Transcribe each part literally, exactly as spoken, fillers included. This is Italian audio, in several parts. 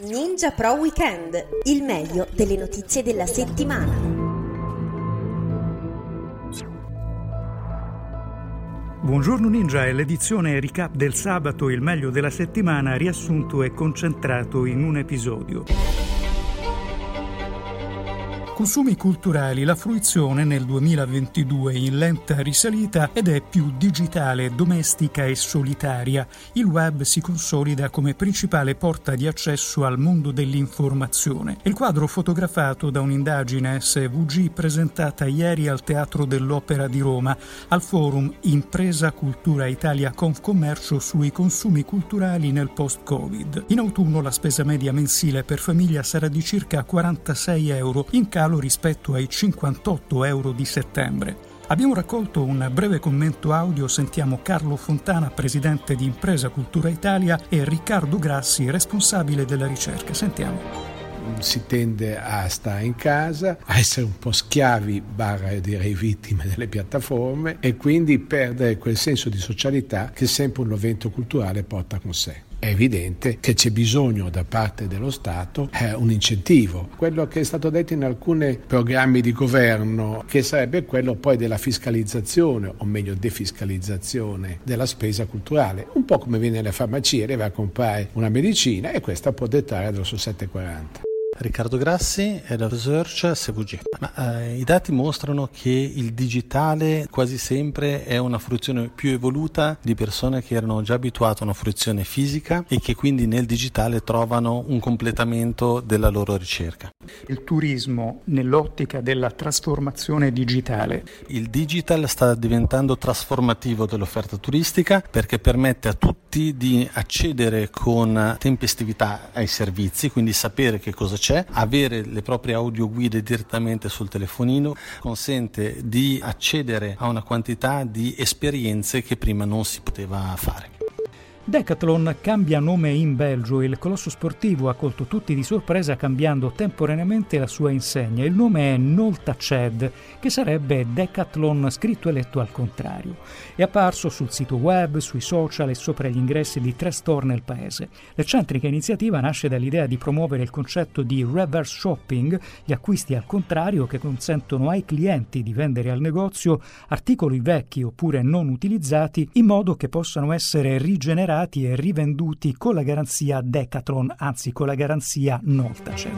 Ninja Pro Weekend, il meglio delle notizie della settimana. Buongiorno Ninja è l'edizione recap del sabato, il meglio della settimana riassunto e concentrato in un episodio. Consumi culturali, la fruizione nel duemilaventidue in lenta risalita ed è più digitale, domestica e solitaria. Il web si consolida come principale porta di accesso al mondo dell'informazione. Il quadro fotografato da un'indagine S V G presentata ieri al Teatro dell'Opera di Roma al forum Impresa Cultura Italia Confcommercio sui consumi culturali nel post-Covid. In autunno la spesa media mensile per famiglia sarà di circa quarantasei euro, in calo rispetto ai cinquantotto euro di settembre. Abbiamo raccolto un breve commento audio, sentiamo Carlo Fontana, presidente di Impresa Cultura Italia, e Riccardo Grassi, responsabile della ricerca. Sentiamo. Si tende a stare in casa, a essere un po' schiavi, barra direi vittime delle piattaforme, e quindi perdere quel senso di socialità che sempre un evento culturale porta con sé. È evidente che c'è bisogno da parte dello Stato eh, un incentivo, quello che è stato detto in alcuni programmi di governo, che sarebbe quello poi della fiscalizzazione, o meglio defiscalizzazione della spesa culturale, un po' come viene alle farmacie, lei va a comprare una medicina e questa può detrarre dallo sette virgola quaranta. Riccardo Grassi, Head of Research, S V G. Ma, eh, i dati mostrano che il digitale quasi sempre è una fruizione più evoluta di persone che erano già abituate a una fruizione fisica e che quindi nel digitale trovano un completamento della loro ricerca. Il turismo nell'ottica della trasformazione digitale. Il digital sta diventando trasformativo dell'offerta turistica perché permette a tutti di accedere con tempestività ai servizi, quindi sapere che cosa c'è, avere le proprie audioguide direttamente sul telefonino, consente di accedere a una quantità di esperienze che prima non si poteva fare. Decathlon cambia nome in Belgio. Il colosso sportivo ha colto tutti di sorpresa cambiando temporaneamente la sua insegna. Il nome è Noltaced, che sarebbe Decathlon scritto e letto al contrario. È apparso sul sito web, sui social e sopra gli ingressi di tre store nel paese. L'eccentrica iniziativa nasce dall'idea di promuovere il concetto di reverse shopping, gli acquisti al contrario che consentono ai clienti di vendere al negozio articoli vecchi oppure non utilizzati in modo che possano essere rigenerati e rivenduti con la garanzia Decathlon, anzi con la garanzia Noltaced.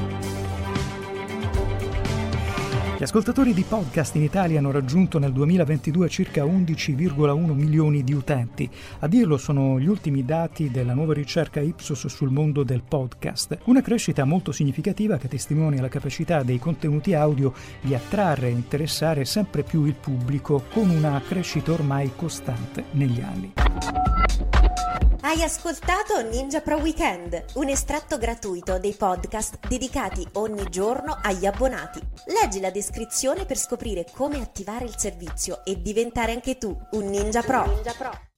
Gli ascoltatori di podcast in Italia hanno raggiunto nel duemilaventidue circa undici virgola uno milioni di utenti. A dirlo sono gli ultimi dati della nuova ricerca Ipsos sul mondo del podcast. Una crescita molto significativa che testimonia la capacità dei contenuti audio di attrarre e interessare sempre più il pubblico, con una crescita ormai costante negli anni. Hai ascoltato Ninja Pro Weekend, un estratto gratuito dei podcast dedicati ogni giorno agli abbonati. Leggi la descrizione per scoprire come attivare il servizio e diventare anche tu un Ninja Pro. Ninja Pro.